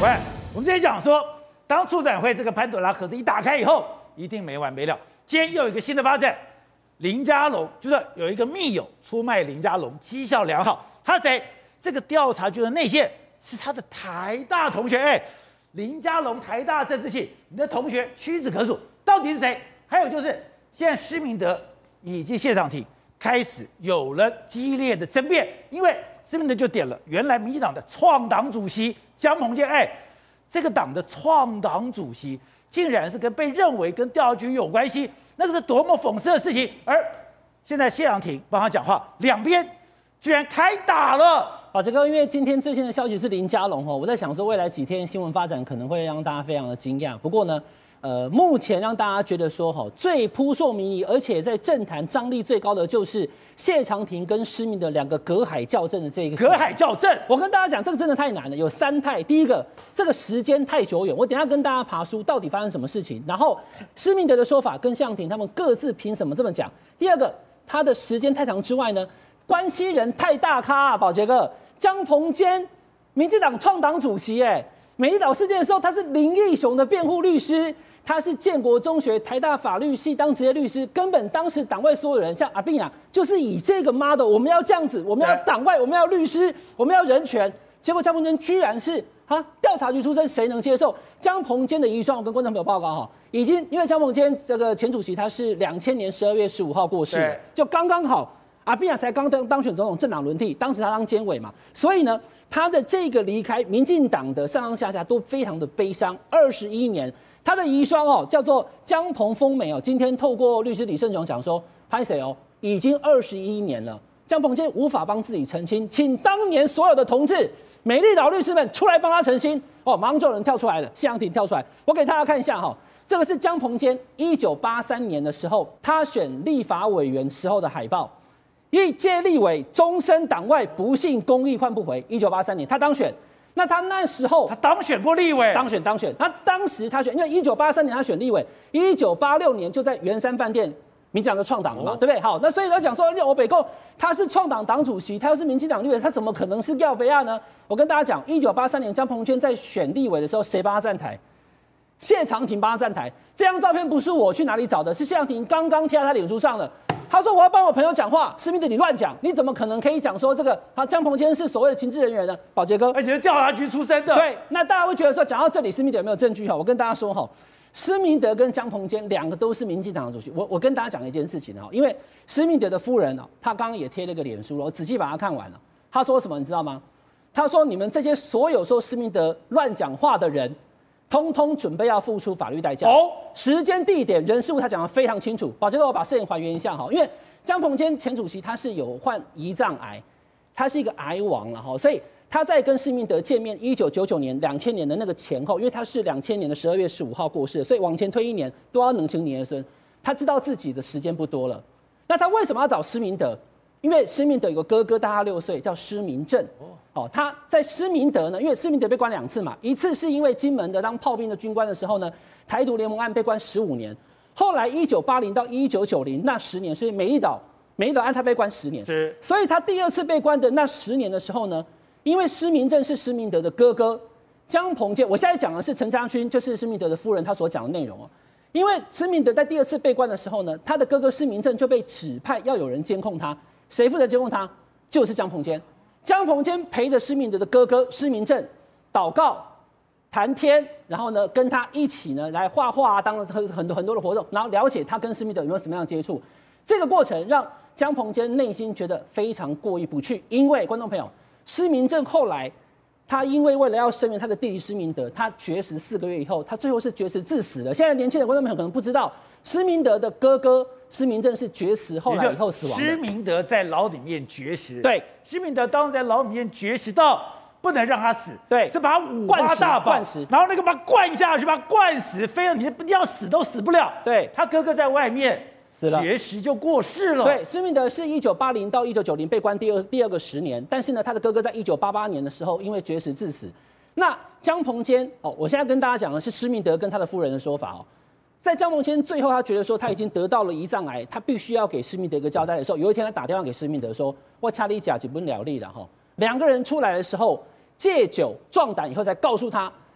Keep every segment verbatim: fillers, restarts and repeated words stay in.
喂，我们之前讲说，当促转会这个潘朵拉盒子一打开以后，一定没完没了。今天又有一个新的发展，林佳龙就是有一个密友出卖林佳龙，绩效良好。他谁？这个调查局的内线是他的台大同学。哎，林佳龙台大政治系，你的同学屈指可数，到底是谁？还有就是现在施明德以及谢长廷开始有了激烈的争辩，因为施明德就点了原来民进党的创党主席江鹏坚，哎，这个党的创党主席竟然是跟被认为跟调查局有关系，那个是多么讽刺的事情。而现在谢长廷帮他讲话，两边居然开打了。 宝杰哥，因为今天最新的消息是林佳龙，我在想说未来几天新闻发展可能会让大家非常的惊讶。不过呢，呃，目前让大家觉得说哈最扑朔迷离，而且在政坛张力最高的就是谢长廷跟施明德两个隔海校正的这个隔海校正。 我跟大家讲，这个真的太难了，有三态。第一个，这个时间太久远，我等一下跟大家爬书到底发生什么事情。然后施明德的说法跟谢长廷他们各自凭什么这么讲？第二个，他的时间太长之外呢，关系人太大咖啊，宝杰哥。江鹏坚，民进党创党主席，哎，美丽岛事件的时候，他是林义雄的辩护律师，他是建国中学、台大法律系当职业律师，根本当时党外所有人，像阿扁啊，就是以这个 model， 我们要这样子，我们要党外，我们要律师，我们要人权，结果江鹏坚居然是啊调查局出身，谁能接受？江鹏坚的遗孀，我跟观众朋友报告哈，已经因为江鹏坚这个前主席他是两千年十二月十五号过世，就刚刚好。阿扁才刚当当选总统，政党轮替，当时他当监委嘛，所以呢，他的这个离开，民进党的上上下下都非常的悲伤。二十一年，他的遗孀哦，叫做江鹏丰美哦，今天透过律师李胜雄讲说，拍谁哦，已经二十一年了，江鹏坚无法帮自己澄清，请当年所有的同志、美丽岛律师们出来帮他澄清哦，马上就有人跳出来了，谢长廷跳出来，我给大家看一下哈、哦，这个是江鹏坚一九八三年的时候，他选立法委员时候的海报。一届立委，终身党外，不信公益换不回。一九八三年，他当选。那他那时候， 他当选过立委， 当选当选。他当时他选，因为一九八三年他选立委，一九八六年就在圆山饭店，民进党就创党了嘛，哦、对不对？好，那所以他讲说，欧北共他是创党党主席，他又是民进党立委，他怎么可能是要贝亚呢？我跟大家讲，一九八三年江鹏坚在选立委的时候，谁帮他站台？谢长廷帮他站台。这张照片不是我去哪里找的，是谢长廷刚刚贴在他脸书上的。他说：“我要帮我朋友讲话，施明德你乱讲，你怎么可能可以讲说这个？啊，江鹏坚是所谓的情治人员呢？宝杰哥， 而且是调查局出身的。 对，那大家会觉得说，讲到这里，施明德有没有证据？哈，我跟大家说哈，施明德跟江鹏坚两个都是民进党的主席。我我跟大家讲一件事情哈，因为施明德的夫人哦，她刚刚也贴了个脸书了，我仔细把它看完了。她说什么你知道吗？她说你们这些所有说施明德乱讲话的人。”通通准备要付出法律代价哦，时间、地点、人事物，他讲得非常清楚。宝杰哥，我把事情还原一下哈，因为江鹏坚前主席他是有患胰脏癌，他是一个癌王了哈，所以他在跟施明德见面，一九九九年、两千年的那个前后，因为他是两千年的十二月十五号过世的，所以往前推一年都要能成年的孙，他知道自己的时间不多了。那他为什么要找施明德？因为施明德有个哥哥大他六岁，叫施明正。哦，他在施明德呢，因为施明德被关两次嘛，一次是因为金门的当炮兵的军官的时候呢，台独联盟案被关十五年。后来一九八零到一九九零那十年，所以美丽岛美丽岛案他被关十年。是，所以他第二次被关的那十年的时候呢，因为施明正是施明德的哥哥，江鹏坚，我现在讲的是陈家勋，就是施明德的夫人，他所讲的内容哦。因为施明德在第二次被关的时候呢，他的哥哥施明正就被指派要有人监控他。谁负责监控他？就是江鹏坚。江鹏坚陪着施明德的哥哥施明正祷告、谈天，然后呢跟他一起呢来画画啊，当了很很多很多的活动，然后了解他跟施明德有没有什么样的接触。这个过程让江鹏坚内心觉得非常过意不去，因为观众朋友，施明正后来他因为为了要声援他的弟弟施明德，他绝食四个月以后，他最后是绝食致死的。现在年轻的观众朋友可能不知道，施明德的哥哥。施明正是绝食，后来以后死亡的。 施明德在牢里面绝食， 对， 施明德当时在牢里面绝食到不能让他死， 对， 是把他五花大绑，然后那个把他灌下去，把他灌死，非要你不要死都死不了。 对， 他哥哥在外面死了， 绝食就过世了。 对，施明德是一九八零到一九九零被关第二第二个十年，但是呢，他的哥哥在一九八八年的时候因为绝食致死。那江鹏坚哦，我现在跟大家讲的是施明德跟他的夫人的说法哦。在江鹏坚最后，他觉得说他已经得到了胰脏癌，他必须要给施明德一个交代的时候，有一天他打电话给施明德说：“我查理甲就不了力了哈。”两个人出来的时候，借酒壮胆以后，才告诉他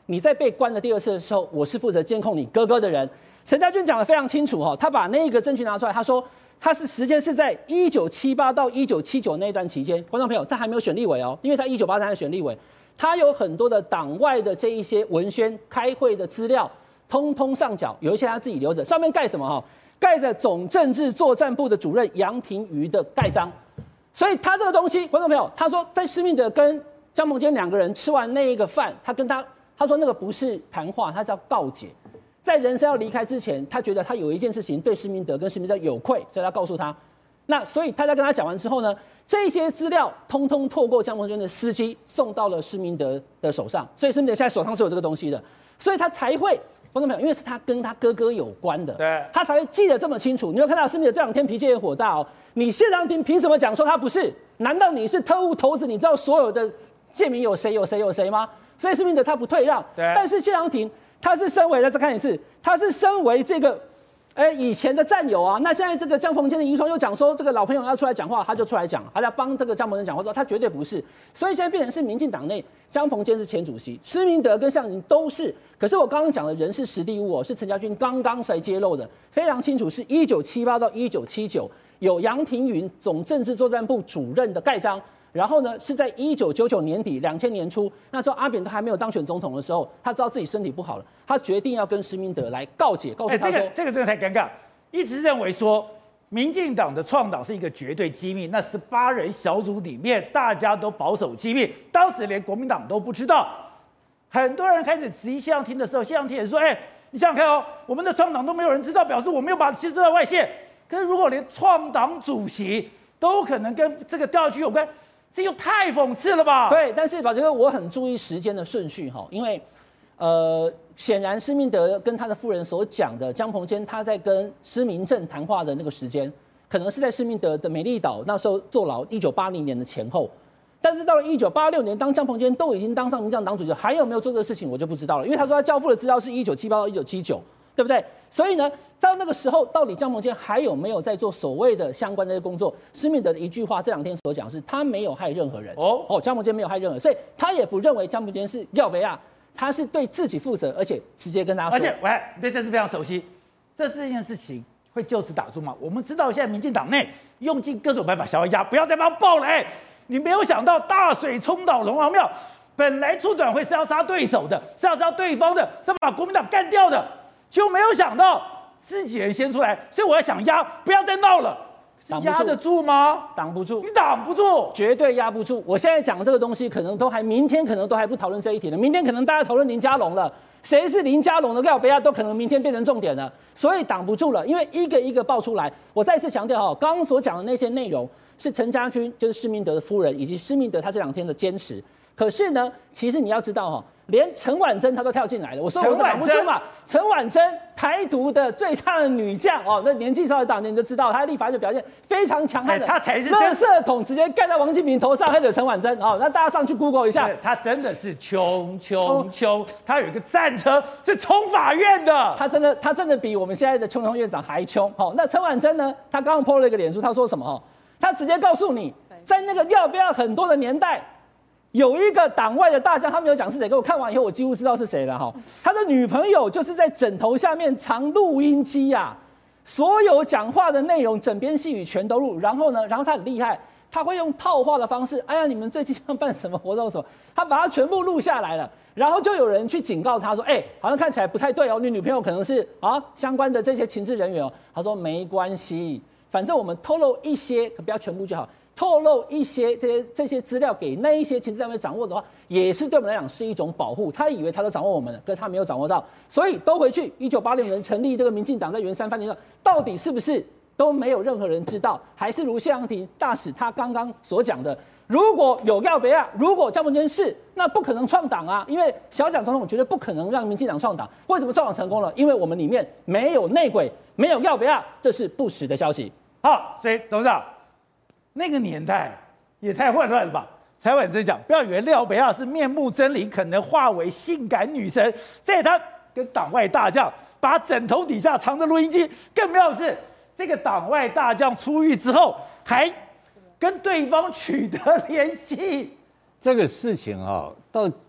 你在被关的第二次的时候，我是负责监控你哥哥的人。陈家军讲得非常清楚哈，他把那个证据拿出来，他说他是时间是在一九七八到一九七九那段期间，观众朋友，他还没有选立委哦，因为他一九八三选立委，他有很多的党外的这一些文宣、开会的资料，通通上缴，有一些他自己留着，上面盖什么哈？盖着总政治作战部的主任杨廷瑜的盖章。所以他这个东西，观众朋友，他说在施明德跟江鹏坚两个人吃完那一个饭，他跟他他说那个不是谈话，他叫告解。在人生要离开之前，他觉得他有一件事情对施明德跟施明德有愧，所以他告诉他。那所以他在跟他讲完之后呢，这些资料通通透过江鹏坚的司机送到了施明德的手上，所以施明德现在手上是有这个东西的，所以他才会。观众朋友，因为是他跟他哥哥有关的， 对， 他才会记得这么清楚。你有看到施明德这两天脾气也火大哦。你谢长廷凭什么讲说他不是？难道你是特务头子？你知道所有的贱民有谁有谁有谁吗？所以施明德他不退让， 对。但是谢长廷他是身为，再看一次，他是身为这个，哎，以前的战友啊。那现在这个江鹏坚的遗孀又讲说，这个老朋友要出来讲话，他就出来讲，他要帮这个江鹏坚讲话，说他绝对不是。所以现在变成是民进党内，江鹏坚是前主席，施明德跟向宁都是。可是我刚刚讲的人事实地物哦，是陈家军刚刚才揭露的，非常清楚，是一九七八到一九七九有杨廷云总政治作战部主任的盖章。然后呢，是在一九九九年底、两千年初，那时候阿扁都还没有当选总统的时候，他知道自己身体不好了，他决定要跟施明德来告解，告诉他说、 欸、这个这个真的太尴尬，一直认为说民进党的创党是一个绝对机密，那十八人小组里面大家都保守机密，当时连国民党都不知道。很多人开始质疑谢长廷的时候，谢长廷也说：“哎、欸，你想想看哦，我们的创党都没有人知道，表示我没有把其实在外泄。可是如果连创党主席都可能跟这个调查局有关。”这又太讽刺了吧？ 对，但是宝杰哥，我很注意时间的顺序哈，因为，呃，显然施明德跟他的夫人所讲的江鹏坚他在跟施明正谈话的那个时间，可能是在施明德的美丽岛那时候坐牢一九八零年的前后，但是到了一九八六年，当江鹏坚都已经当上民进党党主席，还有没有做这个事情我就不知道了，因为他说他交付的资料是一九七八到一九七九，对不对？所以呢，到那个时候，到底江鹏坚还有没有在做所谓的相关的工作？施明德的一句话，这两天所讲是，他没有害任何人。哦哦，江鹏坚没有害任何人，所以他也不认为江鹏坚是要不要，他是对自己负责，而且直接跟大家说。 而且，喂，对这是非常熟悉，这这件事情会就此打住吗？我们知道现在民进党内用尽各种办法想要压，不要再帮爆了。哎，你没有想到大水冲倒龙王庙，本来促转会是要杀对手的，是要杀对方的，是要把国民党干掉的。就没有想到自己人先出来，所以我要想压，不要再闹了。压得住吗？ 挡不住， 你挡不住， 绝对压不住。我现在讲这个东西，可能都还明天可能都还不讨论这一题了，明天可能大家讨论林佳龙了，谁是林佳龙的廖北亚都可能明天变成重点了，所以挡不住了，因为一个一个爆出来。我再次强调哈，刚刚所讲的那些内容是陈家军，就是施明德的夫人，以及施明德他这两天的坚持。可是呢，其实你要知道哈，连陈婉珍她都跳进来了。我说我挡不住嘛。陈婉珍，台独的最大的女将哦，那年纪稍微大点你就知道，她立法院表现非常强悍的。 她才是垃圾桶直接盖在王金平头上，还有陈婉珍哦，那大家上去 Google 一下， 她真的是冲冲冲，她有一个战车是冲法院的， 她真的她真的比我们现在的冲冲院长还冲。好，那陈婉珍呢？她刚刚 po 了一个脸书，她说什么？哈，她直接告诉你，在那个要不要很多的年代。有一个党外的大将，他没有讲是谁，给我看完以后，我几乎知道是谁了哈。他的女朋友就是在枕头下面藏录音机呀、啊，所有讲话的内容，枕边细语全都录。然后呢，然后他很厉害，他会用套话的方式，哎呀，你们最近要办什么活动什么，他把它全部录下来了。然后就有人去警告他说，哎、欸，好像看起来不太对哦，你女朋友可能是啊相关的这些情治人员哦。他说没关系，反正我们透露一些，可不要全部就好。透露一些这些这些资料给那一些情治单位掌握的话，也是对我们来讲是一种保护。他以为他都掌握我们了，可是他没有掌握到，所以都回去。一九八六年成立这个民进党在圆山饭店上，到底是不是都没有任何人知道？还是如谢长廷大使他刚刚所讲的，如果有要不要，如果江鹏坚是，那不可能创党啊，因为小蒋总统绝对不可能让民进党创党。为什么创党成功了？因为我们里面没有内鬼，没有要不要，这是不实的消息。 好，所以董事长。那个年代也太混乱了吧！蔡婉珍讲，不要以为廖北亚是面目狰狞，可能化为性感女神。在他跟党外大将把枕头底下藏着录音机，更妙的是，这个党外大将出狱之后，还跟对方取得联系。 这个事情啊、哦，到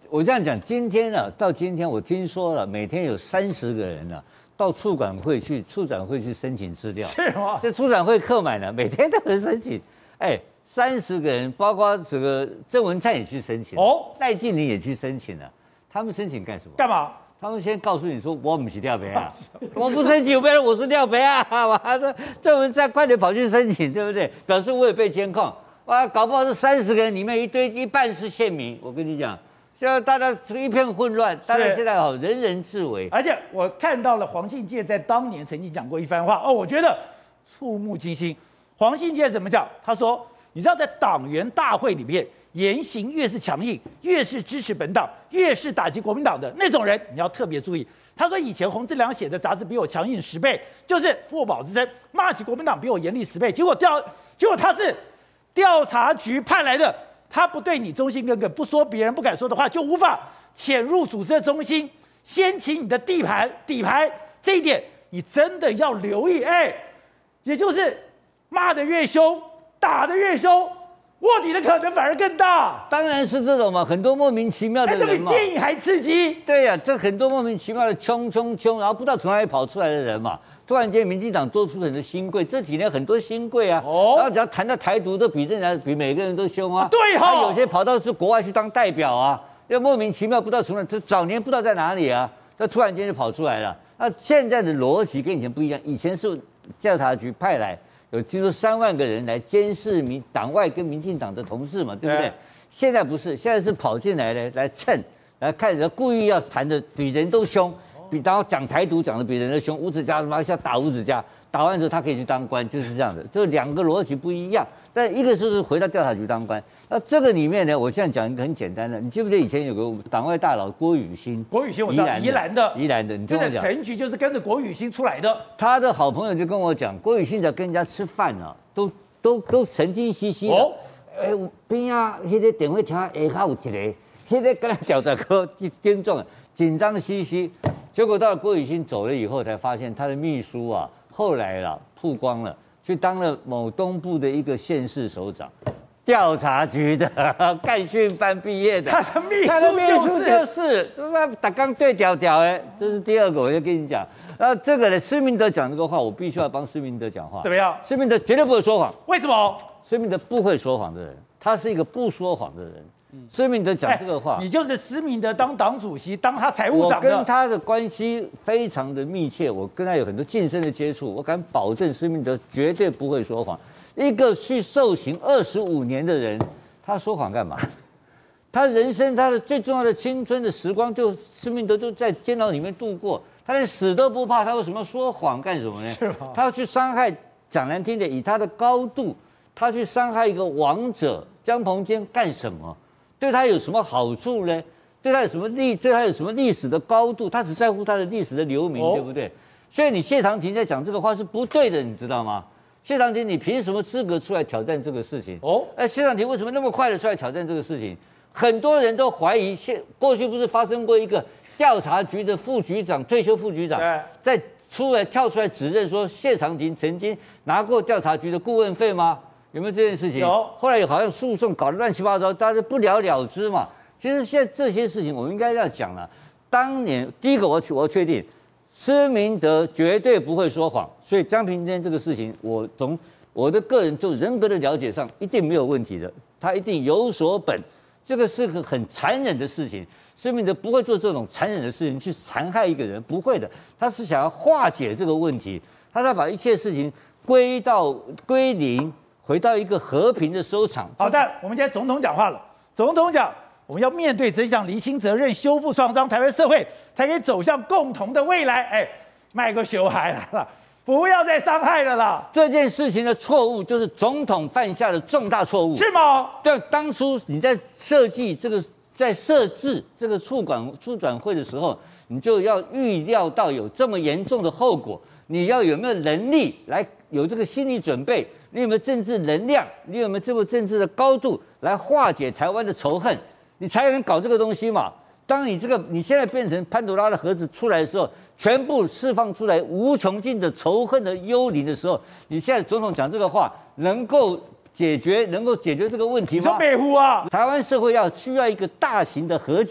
我这样讲，今天啊，到今天我听说了，每天有三十个人啊，到促管会去，促展会去申请资料。 是吗？ 这促展会客满了，每天都有人申请。哎，三十个人，包括这个郑文灿也去申请，哦，赖静玲也去申请了。他们申请干什么？ 干嘛？ 他们先告诉你说，我不是廖培啊，我不申请，别人我是廖培啊。完了，郑文灿快点跑去申请，对不对？表示我也被监控。哇，搞不好这三十个人里面一堆一半是县民。我跟你讲，现在大家一片混乱，大家现在好人人自危。 而且我看到了黄信介在当年曾经讲过一番话，哦，我觉得触目惊心。黄信介怎么讲？他说，你知道在党员大会里面，言行越是强硬，越是支持本党，越是打击国民党的那种人，你要特别注意。他说以前洪志良写的杂志比我强硬十倍，就是富保之声，骂起国民党比我严厉十倍。结果调，结果他是调查局派来的，他不对你忠心耿耿，不说别人不敢说的话，就无法潜入组织的中心，掀起你的地盘底牌。这一点你真的要留意。哎，也就是骂得越凶，打得越凶，卧底的可能反而更大。 当然是这种嘛，很多莫名其妙的人嘛， 比电影还刺激。 对呀、啊，这很多莫名其妙的冲冲冲，然后不知道从哪里跑出来的人嘛。突然间，民进党做出很多新贵，这几年很多新贵啊，哦、然后只要谈到台独，都比人家比每个人都凶啊。 对哈、哦， 有些跑到是国外去当代表啊，又莫名其妙不知道从哪，这早年不知道在哪里啊，那突然间就跑出来了。那现在的逻辑跟以前不一样，以前是调查局派来，有据说三万个人来监视民党外跟民进党的同事嘛，对不对？对，现在不是，现在是跑进来呢，来蹭，来看人，故意要谈的比人都凶。比然后讲台独讲的比人的凶，吴子嘉他妈像打吴子嘉，打完之后他可以去当官，就是这样的。这两个逻辑不一样，但一个就是回到调查局当官。那这个里面呢，我现在讲一个很简单的，你记不记得以前有个党外大佬郭雨新？ 郭雨新我知道，宜兰的， 宜兰的，你听我讲， 陈局就是跟着郭雨新出来的。 他的好朋友就跟我讲，郭雨新在跟人家吃饭啊，都都都神经兮兮的。哦，哎，边啊，那个电话亭下骹有一个，那个跟他调查科严重，紧张兮兮。结果到了郭雨新走了以后，才发现他的秘书啊，后来啦曝光了，去当了某东部的一个县市首长，调查局的干训班毕业的。 他的秘书、就是、 他的秘书就是他妈打刚对调调哎，这是第二个，我就跟你讲。然后这个呢，施明德讲这个话，我必须要帮施明德讲话。 怎么样？ 施明德绝对不会说谎。 为什么？ 施明德不会说谎的人，他是一个不说谎的人。施明德讲这个话、 哎，你就是施明德当党主席，当他财务长的。我跟他的关系非常的密切，我跟他有很多近身的接触，我敢保证施明德绝对不会说谎。一个去受刑二十五年的人，他说谎干嘛？他人生他的最重要的青春的时光，就施明德就在监牢里面度过，他连死都不怕，他为什么要说谎干什么呢？ 是吗？ 他要去伤害，讲难听的，以他的高度，他去伤害一个王者江鹏坚干什么？对他有什么好处呢？对他有什么历？对他有什么历史的高度？他只在乎他的历史的留名，哦、对不对？所以你谢长廷在讲这个话是不对的，你知道吗？谢长廷，你凭什么资格出来挑战这个事情？哦，哎，谢长廷为什么那么快的出来挑战这个事情？很多人都怀疑，现过去不是发生过一个调查局的副局长，退休副局长，在出来跳出来指认说谢长廷曾经拿过调查局的顾问费吗？有没有这件事情？ 有。 后来好像诉讼搞得乱七八糟，大家不了了之嘛。其实现在这些事情，我们应该要讲了。当年第一个我，我我确定施明德绝对不会说谎，所以江平坚这个事情，我从我的个人就人格的了解上，一定没有问题的。他一定有所本，这个是个很残忍的事情。施明德不会做这种残忍的事情去残害一个人，不会的。他是想要化解这个问题，他在把一切事情归到归零。回到一个和平的收场。 好的，我们现在总统讲话了。总统讲，我们要面对真相，厘清责任，修复创伤，台湾社会才可以走向共同的未来。哎，卖个小孩来了，不要再伤害了啦！ 这件事情的错误就是总统犯下的重大错误， 是吗？ 对，当初你在设计这个，在设置这个促管促转会的时候，你就要预料到有这么严重的后果，你要有没有能力来有这个心理准备？你有没有政治能量？你有没有这个政治的高度来化解台湾的仇恨？你才能搞这个东西嘛。当你这个你现在变成潘多拉的盒子出来的时候，全部释放出来无穷尽的仇恨的幽灵的时候，你现在总统讲这个话，能够解决能够解决这个问题吗？ 你说美乎啊！ 台湾社会要需要一个大型的和解，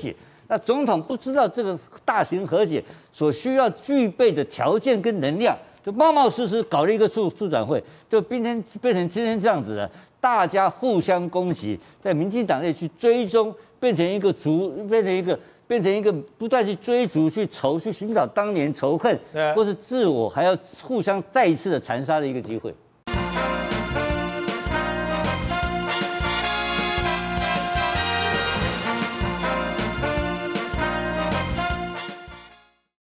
那总统不知道这个大型和解所需要具备的条件跟能量，就冒冒失失搞了一个促促转会，就变成变成今天这样子的，大家互相攻击，在民进党内去追踪，变成一个逐，变成一个变成一个不断去追逐、去仇、去寻找当年仇恨，或是自我，还要互相再一次的残杀的一个机会。